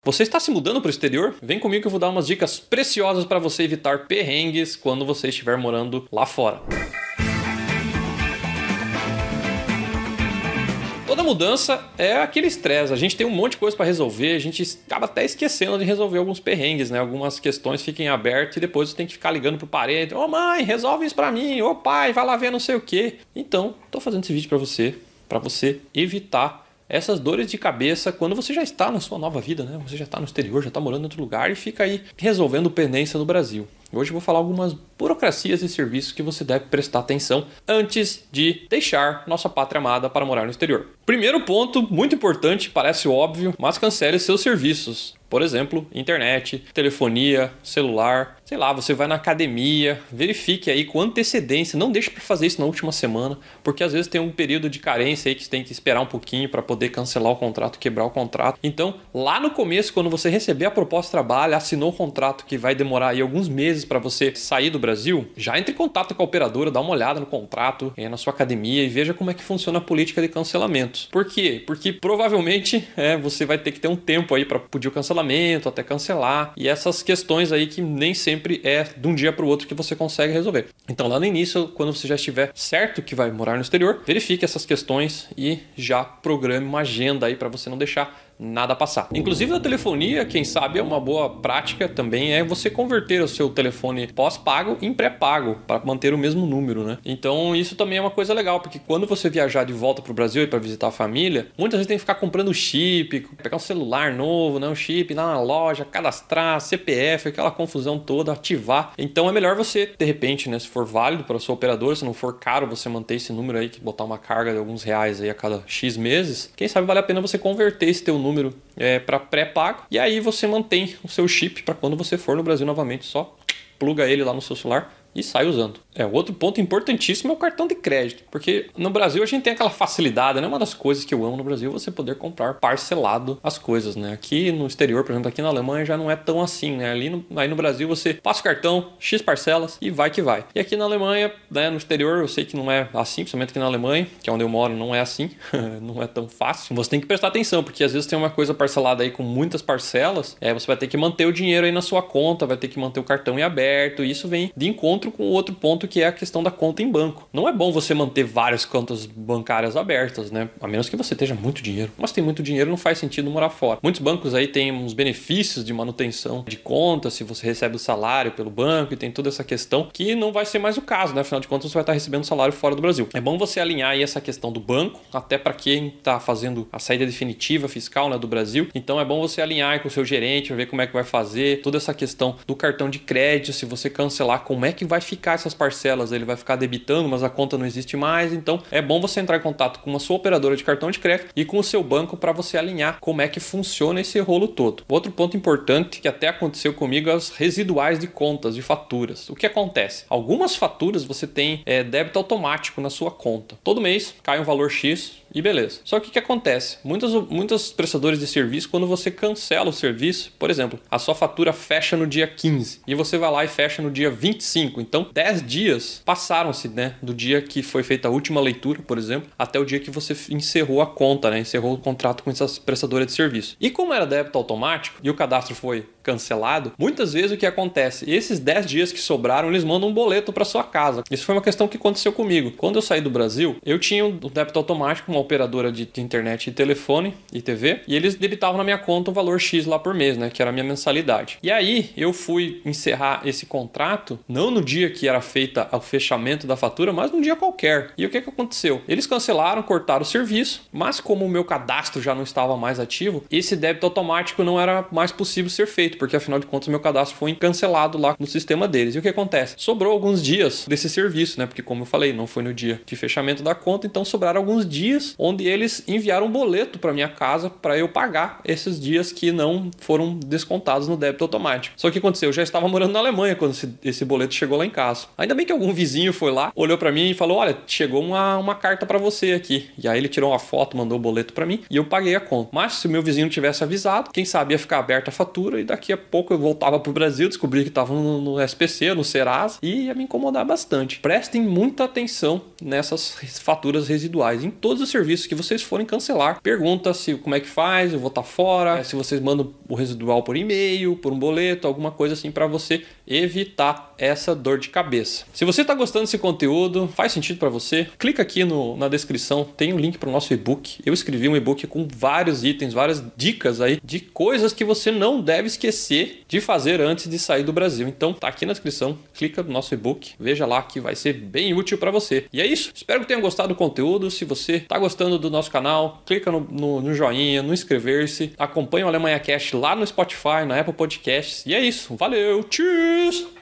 Você está se mudando para o exterior? Vem comigo que eu vou dar umas dicas preciosas para você evitar perrengues quando você estiver morando lá fora. Toda mudança é aquele estresse, a gente tem um monte de coisa para resolver, a gente acaba até esquecendo de resolver alguns perrengues, né? Algumas questões fiquem abertas e depois você tem que ficar ligando pro parente. Ô mãe, resolve isso para mim. Ô pai, vai lá ver não sei o quê. Então, tô fazendo esse vídeo para você evitar essas dores de cabeça quando você já está na sua nova vida, né? Você já está no exterior, já está morando em outro lugar e fica aí resolvendo pendência no Brasil. Hoje eu vou falar algumas burocracias e serviços que você deve prestar atenção antes de deixar nossa pátria amada para morar no exterior. Primeiro ponto, muito importante, parece óbvio, mas cancele seus serviços. Por exemplo, internet, telefonia, celular, sei lá, você vai na academia, verifique aí com antecedência, não deixe para fazer isso na última semana, porque às vezes tem um período de carência aí que você tem que esperar um pouquinho para poder cancelar o contrato, quebrar o contrato. Então, lá no começo, quando você receber a proposta de trabalho, assinou o contrato que vai demorar aí alguns meses para você sair do Brasil, já entre em contato com a operadora, dá uma olhada no contrato, na sua academia e veja como é que funciona a política de cancelamentos. Por quê? Porque provavelmente você vai ter que ter um tempo aí para pedir o cancelamento, até cancelar, e essas questões aí que nem sempre é de um dia para o outro que você consegue resolver. Então lá no início, quando você já estiver certo que vai morar no exterior, verifique essas questões e já programe uma agenda aí para você não deixar nada passar. Inclusive na telefonia, quem sabe é uma boa prática também é você converter o seu telefone pós-pago em pré-pago para manter o mesmo número, né? Então isso também é uma coisa legal, porque quando você viajar de volta para o Brasil e para visitar a família, muitas vezes tem que ficar comprando chip, pegar um celular novo, né? Um chip lá na loja, cadastrar, CPF, aquela confusão toda, ativar. Então é melhor você, de repente, né? Se for válido para a sua operadora, se não for caro você manter esse número aí, que botar uma carga de alguns reais aí a cada X meses, quem sabe vale a pena você converter esse teu número para pré-pago e aí você mantém o seu chip para quando você for no Brasil novamente, só pluga ele lá no seu celular e sai usando. Outro ponto importantíssimo é o cartão de crédito, porque no Brasil a gente tem aquela facilidade, né? Uma das coisas que eu amo no Brasil é você poder comprar parcelado as coisas, né? Aqui no exterior, por exemplo, aqui na Alemanha já não é tão assim, né? Aí no Brasil você passa o cartão, X parcelas e vai que vai. E aqui na Alemanha, né, no exterior, eu sei que não é assim, principalmente aqui na Alemanha, que é onde eu moro, não é assim, não é tão fácil. Você tem que prestar atenção, porque às vezes tem uma coisa parcelada aí com muitas parcelas, você vai ter que manter o dinheiro aí na sua conta, vai ter que manter o cartão em aberto, e isso vem de encontro com o outro ponto que é a questão da conta em banco. Não é bom você manter várias contas bancárias abertas, né? A menos que você tenha muito dinheiro. Mas tem muito dinheiro, não faz sentido morar fora. Muitos bancos aí têm uns benefícios de manutenção de conta, se você recebe o salário pelo banco, e tem toda essa questão que não vai ser mais o caso, né? Afinal de contas, você vai estar recebendo salário fora do Brasil. É bom você alinhar aí essa questão do banco, até para quem está fazendo a saída definitiva fiscal, né, do Brasil. Então é bom você alinhar aí com o seu gerente, ver como é que vai fazer, toda essa questão do cartão de crédito, se você cancelar, como é que vai ficar essas parcelas, ele vai ficar debitando, mas a conta não existe mais. Então é bom você entrar em contato com a sua operadora de cartão de crédito e com o seu banco para você alinhar como é que funciona esse rolo todo. Outro ponto importante que até aconteceu comigo é as residuais de contas, de faturas. O que acontece? Algumas faturas você tem débito automático na sua conta. Todo mês cai um valor X e beleza. Só que o que acontece? Muitos prestadores de serviço, quando você cancela o serviço, por exemplo, a sua fatura fecha no dia 15 e você vai lá e fecha no dia 25. Então 10 dias passaram-se, né, do dia que foi feita a última leitura, por exemplo, até o dia que você encerrou a conta, né, encerrou o contrato com essas prestadoras de serviço. E como era débito automático e o cadastro foi cancelado, muitas vezes o que acontece? Esses 10 dias que sobraram, eles mandam um boleto para sua casa. Isso foi uma questão que aconteceu comigo. Quando eu saí do Brasil, eu tinha um débito automático, uma operadora de internet e telefone e TV, e eles debitavam na minha conta um valor X lá por mês, né, que era a minha mensalidade. E aí eu fui encerrar esse contrato, não no dia que era feita o fechamento da fatura, mas num dia qualquer. E o que aconteceu? Eles cancelaram, cortaram o serviço, mas como o meu cadastro já não estava mais ativo, esse débito automático não era mais possível ser feito, porque afinal de contas meu cadastro foi cancelado lá no sistema deles. E o que acontece? Sobrou alguns dias desse serviço, né? Porque como eu falei, não foi no dia de fechamento da conta, então sobraram alguns dias onde eles enviaram um boleto para minha casa para eu pagar esses dias que não foram descontados no débito automático. Só que o que aconteceu? Eu já estava morando na Alemanha quando esse boleto chegou lá em casa. Ainda bem que algum vizinho foi lá, olhou pra mim e falou, olha, chegou uma carta pra você aqui. E aí ele tirou uma foto, mandou o boleto pra mim e eu paguei a conta. Mas se o meu vizinho tivesse avisado, quem sabe ia ficar aberta a fatura e daqui a pouco eu voltava pro Brasil, descobri que tava no SPC, no Serasa, e ia me incomodar bastante. Prestem muita atenção nessas faturas residuais. Em todos os serviços que vocês forem cancelar, pergunta se como é que faz, eu vou estar fora, se vocês mandam o residual por e-mail, por um boleto, alguma coisa assim para você evitar essa dor de cabeça. Se você está gostando desse conteúdo, faz sentido para você, clica aqui na descrição, tem um link para o nosso e-book. Eu escrevi um e-book com vários itens, várias dicas aí de coisas que você não deve esquecer de fazer antes de sair do Brasil. Então tá aqui na descrição, clica no nosso e-book, veja lá que vai ser bem útil para você. E é isso, espero que tenham gostado do conteúdo. Se você está gostando do nosso canal, clica no joinha, no inscrever-se, acompanha o Alemanha Cast lá no Spotify, na Apple Podcasts. E é isso, valeu, tchau!